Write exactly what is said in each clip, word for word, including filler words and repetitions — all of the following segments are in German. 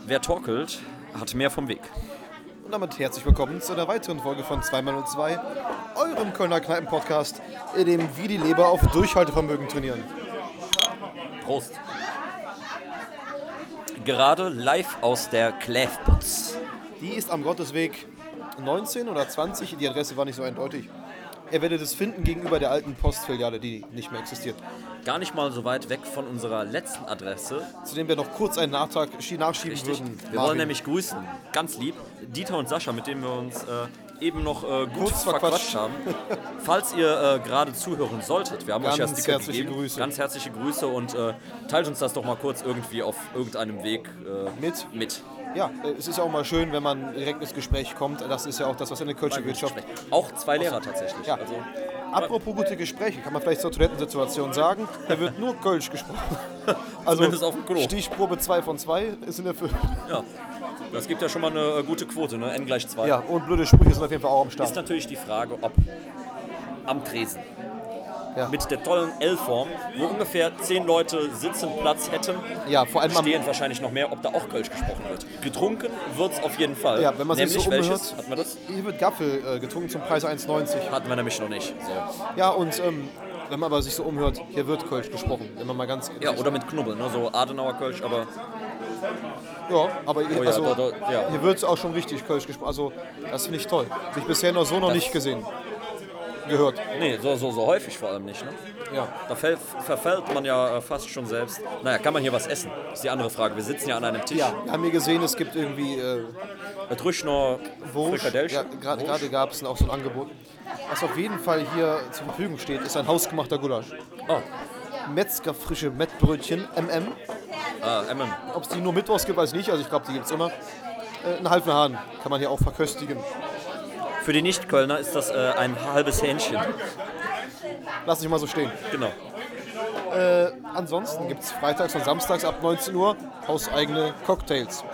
Wer torkelt, hat mehr vom Weg. Und damit herzlich willkommen zu einer weiteren Folge von zwei mal null zwei, eurem Kölner Kneipen-Podcast, in dem wir die Leber auf Durchhaltevermögen trainieren. Prost. Gerade live aus der Kläfputz. Die ist am Gottesweg neunzehn oder zwanzig, die Adresse war nicht so eindeutig. Ihr werdet es finden gegenüber der alten Postfiliale, die nicht mehr existiert. Gar nicht mal so weit weg von unserer letzten Adresse. Zu dem wir noch kurz einen Nachtrag nachschieben Richtig. würden. Wir wollen nämlich grüßen, ganz lieb, Dieter und Sascha, mit denen wir uns äh, eben noch äh, gut Kurz verquatscht verquatscht. haben. Falls ihr äh, gerade zuhören solltet, wir haben Ganz euch ja Sticker herzliche gegeben. Grüße. Ganz herzliche Grüße und äh, teilt uns das doch mal kurz irgendwie auf irgendeinem Weg äh, Mit? mit. Ja, es ist ja auch mal schön, wenn man direkt ins Gespräch kommt. Das ist ja auch das, was in der Kölsche Wirtschaft... Auch zwei Lehrer tatsächlich. Ja. Also, Apropos gute Gespräche, kann man vielleicht zur Toilettensituation sagen, da wird nur Kölsch gesprochen. Also Zumindest auf dem Klo. Stichprobe zwei von zwei ist in der Fülle. ja, das gibt ja schon mal eine äh, gute Quote, ne? N gleich zwei. Ja, und blöde Sprüche sind auf jeden Fall auch am Ist Start. natürlich die Frage, ob am Tresen Ja. mit der tollen L-Form, wo ungefähr zehn Leute sitzen Platz hätten, Ja, vor allem am, stehen wahrscheinlich noch mehr, ob da auch Kölsch gesprochen wird. Getrunken wird es auf jeden Fall. ja, wenn man sich nämlich so welches? umhört, Hatten wir das? hier wird Gaffel äh, getrunken zum Preis eins neunzig. Hatten wir nämlich noch nicht. So. Ja, und ähm, wenn man aber sich so umhört, hier wird Kölsch gesprochen, wenn man mal ganz... Ja, oder mit Knubbel, ne? So Adenauer Kölsch, aber Ja, aber hier, Oh ja, also, da- da- ja. hier wird auch schon richtig Kölsch gesprochen. Also, das finde ich toll. Habe ich bisher noch so noch nicht gesehen. Gehört. nee, so, so, so häufig vor allem nicht. Ne? Ja. Da fällt, verfällt man ja äh, fast schon selbst. Naja, kann man hier was essen? Ist die andere Frage. Wir sitzen ja an einem Tisch. Ja, wir haben hier gesehen, es gibt irgendwie äh, Trüschner Wurst. Frikadellchen. Ja, gerade gerade gab es auch so ein Angebot. Was auf jeden Fall hier zur Verfügung steht, ist ein hausgemachter Gulasch. Oh, Metzgerfrische Mettbrötchen, M M. äh, M M. Ob es die nur mittwochs gibt, weiß ich nicht. Also ich glaube, die gibt es immer. Äh, ein halben Hahn kann man hier auch verköstigen. Für die Nicht-Kölner ist das äh, ein halbes Hähnchen. Lass dich mal so stehen. Genau. Äh, ansonsten gibt es freitags und samstags ab neunzehn Uhr hauseigene Cocktails.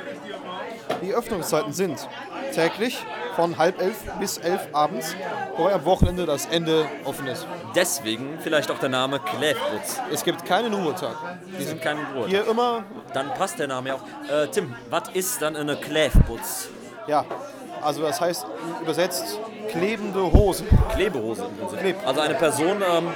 Die Öffnungszeiten sind täglich von halb elf bis elf abends, wobei am Wochenende das Ende offen ist. Deswegen vielleicht auch der Name Kläfputz. Es gibt keinen Ruhetag. Die sind kein Brot. Hier immer, Dann passt der Name ja auch. Äh, Tim, was ist dann eine Kläfputz? ja, also das heißt übersetzt klebende Hose. Klebehose im Prinzip. Kleb. Also eine Person, ähm,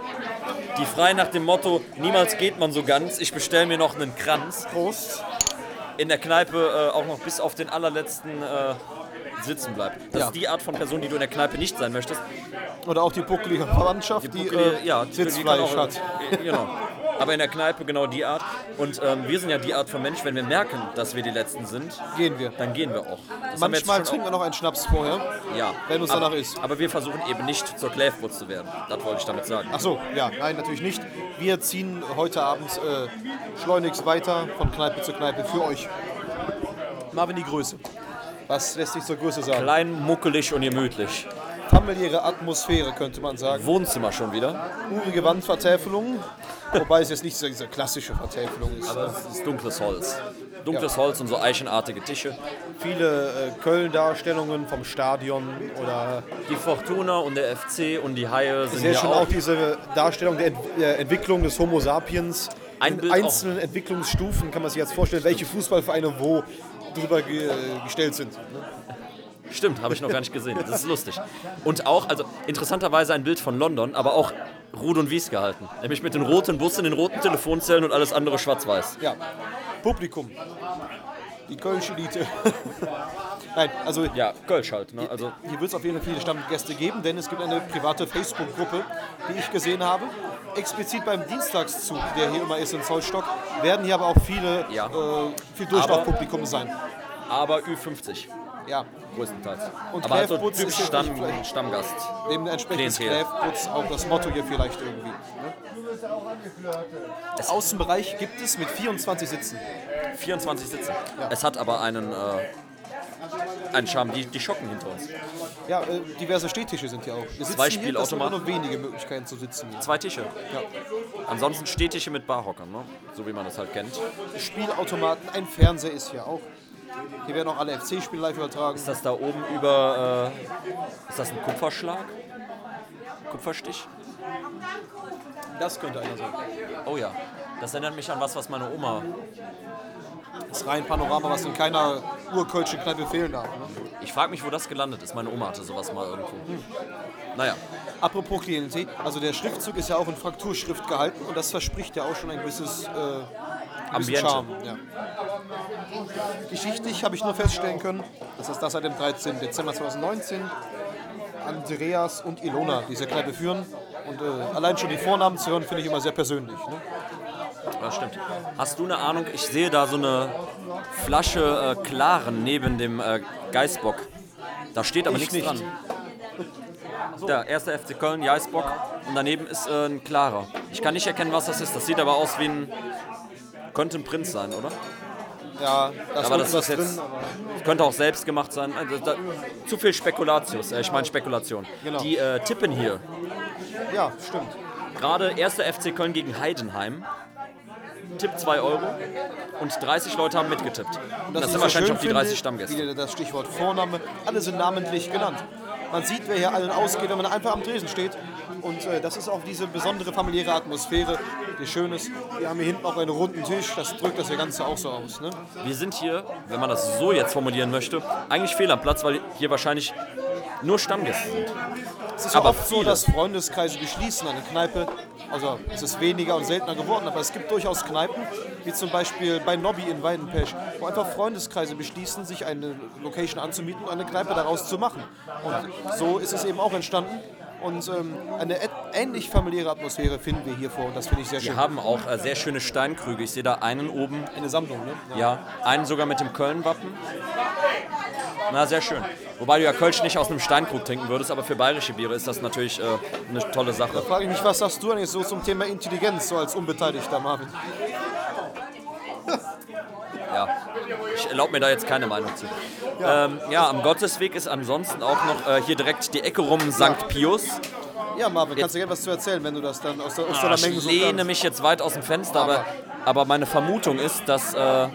die frei nach dem Motto, niemals geht man so ganz, ich bestelle mir noch einen Kranz, Prost. in der Kneipe äh, auch noch bis auf den allerletzten äh, sitzen bleibt. Das Ja. ist die Art von Person, die du in der Kneipe nicht sein möchtest. Oder auch die buckelige Verwandtschaft, die, Buckelige- äh, ja, die kann Sitzfleisch auch- hat. äh, Genau. Aber in der Kneipe genau die Art. Und ähm, wir sind ja die Art von Mensch, wenn wir merken, dass wir die Letzten sind, Gehen wir. dann gehen wir auch. Das haben wir jetzt Manchmal schon trinken wir noch einen Schnaps vorher, auch- ja. wenn uns aber, danach ist. Aber wir versuchen eben nicht zur Kläfputz zu werden. Das wollte ich damit sagen. Ach so, ja, nein, natürlich nicht. Wir ziehen heute Abend äh, schleunigst weiter von Kneipe zu Kneipe für euch. Marvin, die Größe. Was lässt sich zur Größe sagen? Klein, muckelig und gemütlich. Familiäre Atmosphäre, könnte man sagen. Wohnzimmer schon wieder. Urige Wandvertäfelung, wobei es jetzt nicht so diese klassische Vertäfelung ist. Aber es ist dunkles Holz. Dunkles Holz und so eichenartige Tische. Viele äh, Köln-Darstellungen vom Stadion oder Die Fortuna und der F C und die Haie sind sehr hier schon auch. auch diese Darstellung der Ent äh, Entwicklung des Homo sapiens. Ein in Bild einzelnen Entwicklungsstufen kann man sich jetzt vorstellen, welche Fußballvereine wo drüber ge gestellt sind. Stimmt, habe ich noch gar nicht gesehen. Das ist lustig. Und auch, also interessanterweise ein Bild von London, aber auch Rud und Wies gehalten. Nämlich mit den roten Bussen, den roten Telefonzellen und alles andere schwarz-weiß. Ja, Publikum. Die Kölsche Elite. Nein, also Ja, Kölsch halt. Ne? Also hier wird es auf jeden Fall viele Stammgäste geben, denn es gibt eine private Facebook-Gruppe, die ich gesehen habe. Explizit beim Dienstagszug, der hier immer ist in Zollstock, werden hier aber auch viele, Ja. äh, viel Durchlaufpublikum sein. aber Ü fünfzig ja, größtenteils. Und aber halt so Kläfputz typisch ist ja Stamm, nicht- Stammgast. dementsprechend ist Klientel. Kläfputz auch das Motto hier vielleicht irgendwie. Ne? Außenbereich gibt es mit vierundzwanzig Sitzen. vierundzwanzig Sitze. Es hat aber einen, äh, einen Charme, die, die schocken hinter uns. Ja, äh, diverse Stehtische sind hier auch. Wir sitzen Zwei hier, das sind aber Spielautomaten. nur wenige Möglichkeiten zu sitzen. Hier. Zwei Tische. Ja. Ansonsten Stehtische mit Barhockern, ne? So wie man das halt kennt. Spielautomaten, ein Fernseher ist hier auch. Hier werden auch alle F C-Spiele live übertragen. Ist das da oben über, äh, ist das ein Kupferschlag? Kupferstich? Das könnte einer sein. Oh ja, das erinnert mich an was, was meine Oma Das rein Panorama, was in keiner urkölschen Kneipe fehlen darf. Ne? Ich frage mich, wo das gelandet ist. Meine Oma hatte sowas mal irgendwo. Hm. Naja. Apropos Klientel, also der Schriftzug ist ja auch in Frakturschrift gehalten und das verspricht ja auch schon ein gewisses, äh, gewissen Charme. Ja. Geschichtlich habe ich nur feststellen können, dass das, das seit dem dreizehnten Dezember zweitausendneunzehn Andreas und Ilona diese Kneipe führen. Und äh, allein schon die Vornamen zu hören, finde ich immer sehr persönlich. Ne? Das stimmt. Hast du eine Ahnung, ich sehe da so eine Flasche äh, Klaren neben dem äh, Geißbock. Da steht aber Ich nichts nicht. dran. Der erste F C Köln, Geißbock, und daneben ist äh, ein Klarer. Ich kann nicht erkennen, was das ist. Das sieht aber aus wie ein... Könnte ein Prinz sein, oder? Ja, da ist Aber das was ist jetzt, drin. Aber könnte auch selbst gemacht sein. Also, da, zu viel Spekulatius, äh, ich meine Spekulation. Genau. Die äh, tippen hier. ja, stimmt. Gerade erster F C Köln gegen Heidenheim. Tipp zwei Euro und dreißig Leute haben mitgetippt. Und das, ich sind so wahrscheinlich schön auch die dreißig finde, Stammgäste. Wieder das Stichwort Vorname, alle sind namentlich genannt. Man sieht, wer hier allen ausgeht, wenn man einfach am Tresen steht. Und äh, das ist auch diese besondere familiäre Atmosphäre, die schön ist. Wir haben hier hinten auch einen runden Tisch, das drückt das Ganze auch so aus. Ne? Wir sind hier, wenn man das so jetzt formulieren möchte, eigentlich fehl am Platz, weil hier wahrscheinlich nur Stammgäste sind. Es ist ja Aber oft so, viele. dass Freundeskreise beschließen eine Kneipe. Also es ist weniger und seltener geworden, aber es gibt durchaus Kneipen, wie zum Beispiel bei Nobby in Weidenpesch, wo einfach Freundeskreise beschließen, sich eine Location anzumieten und eine Kneipe daraus zu machen. Und so ist es eben auch entstanden. Und ähm, eine ä- ähnlich familiäre Atmosphäre finden wir hier vor und das finde ich sehr Wir schön. haben auch äh, sehr schöne Steinkrüge. Ich sehe da einen oben, Eine Sammlung, ne? ja, einen sogar mit dem Köln-Wappen. Na, sehr schön. Wobei du ja Kölsch nicht aus einem Steinkrug trinken würdest, aber für bayerische Biere ist das natürlich äh, eine tolle Sache. Da frage ich mich, was sagst du eigentlich so zum Thema Intelligenz, so als Unbeteiligter, Marvin? Ja, ich erlaube mir da jetzt keine Meinung zu. Ja, ähm, ja am Gottesweg ist ansonsten auch noch äh, hier direkt die Ecke rum Sankt Pius. Ja, Marvin, kannst du gerne was zu erzählen, wenn du das dann aus der, aus Ah, der Menge ich so lehne kannst? mich jetzt weit aus dem Fenster, aber, aber meine Vermutung ist, dass äh,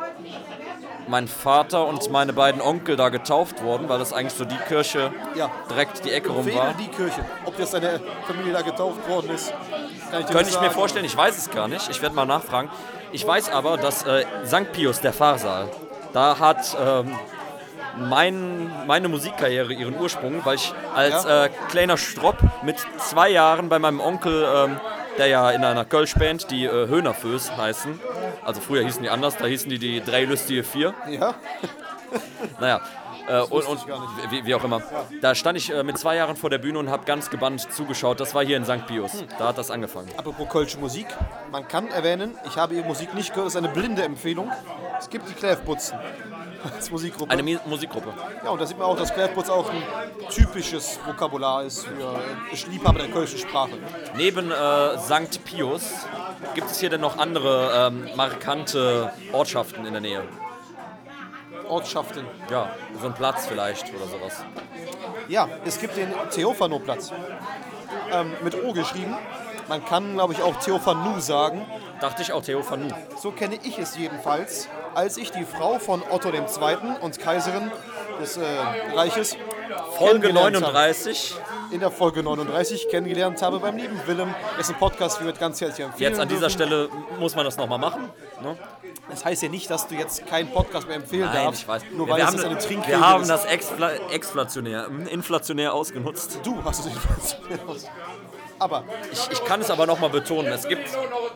mein Vater und meine beiden Onkel da getauft wurden, weil das eigentlich so die Kirche Ja. direkt die Ecke rum Wähle war. die Kirche. Ob jetzt deine Familie da getauft worden ist, kann ich dir Könnte nicht ich mir sagen. vorstellen, ich weiß es gar nicht, ich werde mal nachfragen. Ich weiß aber, dass äh, Sankt Pius, der Pfarrsaal, da hat ähm, mein, meine Musikkarriere ihren Ursprung, weil ich als Ja? äh, kleiner Stropp mit zwei Jahren bei meinem Onkel, ähm, der ja in einer Kölsch-Band, die äh, Höhnerföß heißen, also früher hießen die anders, da hießen die die drei lustige vier. Ja? Naja, äh, und, wusste und ich gar nicht. wie, wie auch immer. Da stand ich äh, mit zwei Jahren vor der Bühne und habe ganz gebannt zugeschaut. Das war hier in Sankt Pius. Da hat das angefangen. Apropos kölsche Musik, man kann erwähnen, ich habe ihre Musik nicht gehört, das ist eine blinde Empfehlung. Es gibt die Kläfbutzen als Musikgruppe. Eine Mi- Musikgruppe. Ja, und da sieht man auch, dass Kläfbutz auch ein typisches Vokabular ist für äh, Liebhaber der kölschen Sprache. Neben äh, Sankt Pius gibt es hier denn noch andere ähm, markante Ortschaften in der Nähe? Ortschaften. Ja, so ein Platz vielleicht oder sowas. Ja, es gibt den Theophanoplatz. Ähm, mit O geschrieben. Man kann, glaube ich, auch Theophanu sagen. Dachte ich auch, Theophanu. So kenne ich es jedenfalls, als ich die Frau von Otto der Zweite und Kaiserin des äh, Reiches Folge kennengelernt habe. neununddreißig. In der Folge neununddreißig kennengelernt habe beim lieben Willem, dessen Podcast wir ganz herzlich empfehlen Jetzt an dieser dürfen. Stelle muss man das nochmal machen. Ne? Das heißt ja nicht, dass du jetzt keinen Podcast mehr empfehlen Nein, darfst, ich weiß. nur wir weil haben, es jetzt eine Trinkregel wir haben ist. das exfla exflationär, hm, inflationär ausgenutzt. Du hast es nicht. Aber Ich, ich kann es aber nochmal betonen. Es gibt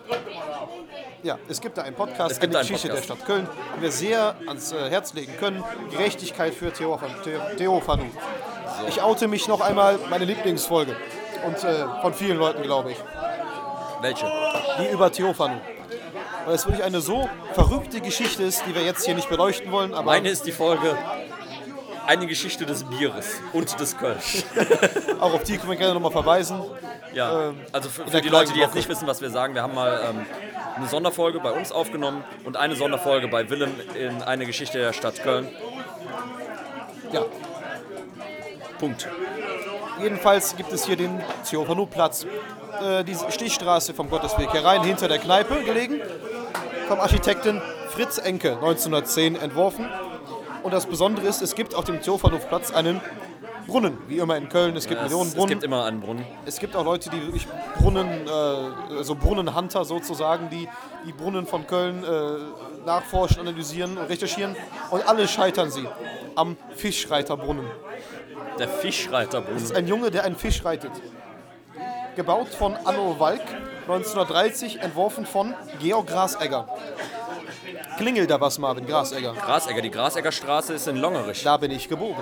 ja, es gibt da einen Podcast, Es gibt eine einen Geschichte Podcast. der Stadt Köln, die wir sehr ans äh, Herz legen können. Gerechtigkeit für Theophan The Theophanu. Ich oute mich noch einmal, meine Lieblingsfolge. Und äh, von vielen Leuten, glaube ich. welche? Die über Theophanu. Weil es wirklich eine so verrückte Geschichte ist, die wir jetzt hier nicht beleuchten wollen. Aber Meine ist die Folge Eine Geschichte des Bieres und des Kölsch. auch auf die können wir gerne nochmal verweisen. Ja, Ähm, also für, in für der die Leute, die kleinen jetzt Woche. nicht wissen, was wir sagen, wir haben mal ähm, eine Sonderfolge bei uns aufgenommen und eine Sonderfolge bei Willem in Eine Geschichte der Stadt Köln. Ja. Punkt. Jedenfalls gibt es hier den Theophanu-Platz. Äh, die Stichstraße vom Gottesweg herein, hinter der Kneipe gelegen. Vom Architekten Fritz Enke, neunzehnhundertzehn entworfen. Und das Besondere ist, es gibt auf dem Theophanu-Platz einen Brunnen, wie immer in Köln. Es gibt Es, Millionen es Brunnen. gibt immer einen Brunnen. Es gibt auch Leute, die wirklich Brunnen, äh, also Brunnenhunter sozusagen, die die Brunnen von Köln äh, nachforschen, analysieren und recherchieren. Und alle scheitern sie am Fischreiterbrunnen. Der Fischreiterbrunnen. Das ist ein Junge, der einen Fisch reitet. Gebaut von Anno Walk, neunzehnhundertdreißig, entworfen von Georg Grasegger. Klingelt da was, Marvin, Grasegger? Grasegger, die Grasegger Straße ist in Longerich. Da bin ich geboren.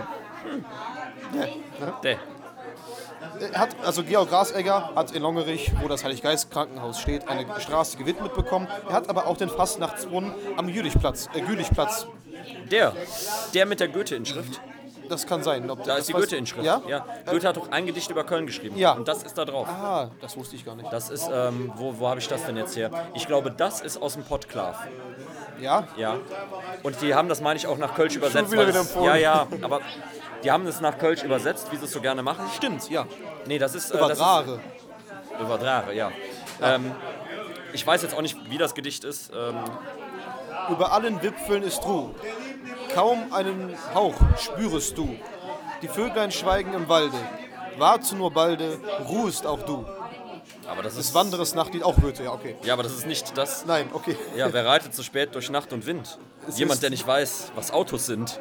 Der. Er hat, also Georg Grasegger hat in Longerich, wo das Heiliggeist-Krankenhaus steht, eine Straße gewidmet bekommen. Er hat aber auch den Fastnachtsbrunnen am Jülichplatz, äh, Gülichplatz. Der. Der mit der Goethe-Inschrift. Das kann sein. Ob Da das ist die was- Goethe-Inschrift. Ja? ja. Goethe hat doch ein Gedicht über Köln geschrieben. Ja. Und das ist da drauf. Ah, das wusste ich gar nicht. Das ist, ähm, wo, wo habe ich das denn jetzt her? Ich glaube, das ist aus dem Podklav. Ja? Ja. Und die haben das, meine ich, auch nach Kölsch übersetzt. wieder weil wieder es- empfohlen. ja, ja, aber die haben es nach Kölsch übersetzt, wie sie es so gerne machen. Stimmt, ja. Nee, das ist... Äh, Über das Drare. Ist, über Drare, ja. Ähm, ich weiß jetzt auch nicht, wie das Gedicht ist. Ähm, Über allen Wipfeln ist Ruh. Kaum einen Hauch spürest du. Die Vöglein schweigen im Walde. Warte nur balde, ruhest auch du. aber das Des ist... Wanderers Nachtlied, auch Goethe, ja, okay. Ja, aber das ist nicht das... Nein, okay. Ja, wer reitet zu spät durch Nacht und Wind? Jemand, ist- der nicht weiß, was Autos sind.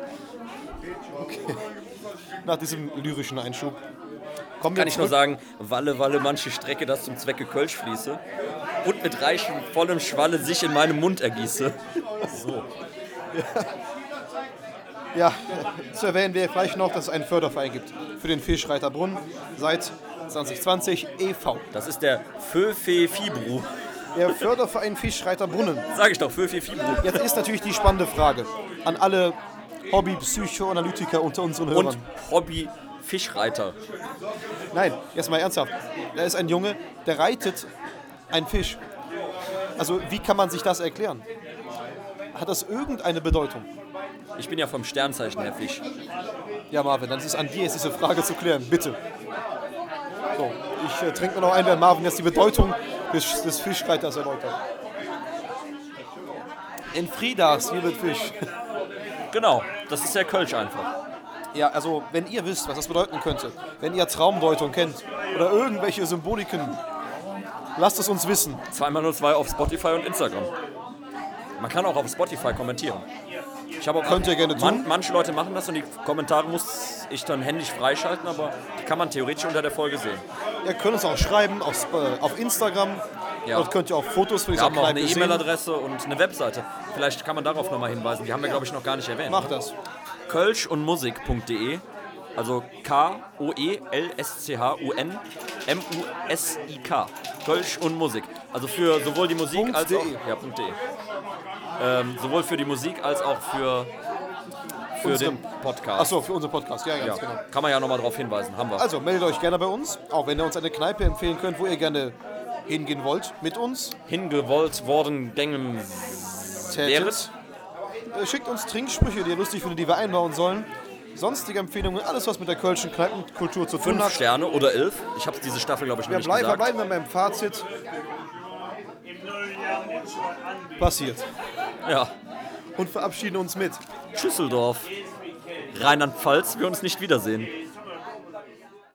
Nach diesem lyrischen Einschub. Kommen wir Kann ich nur zurück- sagen, Walle, Walle, manche Strecke, das zum Zwecke Kölsch fließe und mit reichem, vollem Schwalle sich in meinem Mund ergieße. So. Ja, zu erwähnen wäre vielleicht noch, dass es einen Förderverein gibt für den Fischreiterbrunnen seit zwanzig zwanzig e V. Das ist der Föfe Fibru. Der Förderverein Fischreiterbrunnen. Sag ich doch, Föfe Fibru. Jetzt ist natürlich die spannende Frage an alle Hobby-Psychoanalytiker unter unseren Hörern. Und Hobby Fischreiter. Nein, jetzt mal ernsthaft. Da ist ein Junge, der reitet einen Fisch. Also wie kann man sich das erklären? Hat das irgendeine Bedeutung? Ich bin ja vom Sternzeichen her Fisch. Ja, Marvin, dann ist es an dir, jetzt diese Frage zu klären. Bitte. So, ich äh, trinke mir noch ein, während Marvin jetzt die Bedeutung des, des Fischreiters erläutert. In Friedas, hier wird Fisch. Genau, das ist der Kölsch einfach. Ja, also wenn ihr wisst, was das bedeuten könnte, wenn ihr Traumdeutung kennt oder irgendwelche Symboliken, lasst es uns wissen. zwei mal null zwei auf Spotify und Instagram. Man kann auch auf Spotify kommentieren. Ich habe auch Könnt ihr gerne tun. Man, manche Leute machen das und die Kommentare muss ich dann händisch freischalten, aber die kann man theoretisch unter der Folge sehen. Ihr könnt uns auch schreiben auf, Sp- äh, auf Instagram. Ja. Dort könnt ihr auch Fotos von Wir dieser haben auch eine Kneipe sehen. E-Mail-Adresse und eine Webseite. Vielleicht kann man darauf nochmal hinweisen. Die haben wir, glaube ich, noch gar nicht erwähnt. Macht das. kölschundmusik punkt de, also K O E L S C H U N M U S I K. Kölsch und Musik. Also für sowohl die Musik Punkt als de. auch... Ja, Punkt .de. Ähm, sowohl für die Musik als auch für, für Unserem- den Podcast. Achso, für unseren Podcast. Ja, ganz Ja, genau. kann man ja nochmal drauf hinweisen. Haben wir. Also meldet euch gerne bei uns, auch wenn ihr uns eine Kneipe empfehlen könnt, wo ihr gerne hingehen wollt mit uns. Hingewollt worden, gängem Tätet. Äh, Schickt uns Trinksprüche, die ihr lustig findet, die wir einbauen sollen. Sonstige Empfehlungen, alles was mit der kölschen Kneipenkultur zu tun Fünf hat. Sterne oder elf. Ich habe diese Staffel, glaube ich, noch Wir nicht bleiben, gesagt. bleiben wir beim Fazit. Passiert. Ja. Und verabschieden uns mit. Schüsseldorf. Rheinland-Pfalz, wir uns nicht wiedersehen.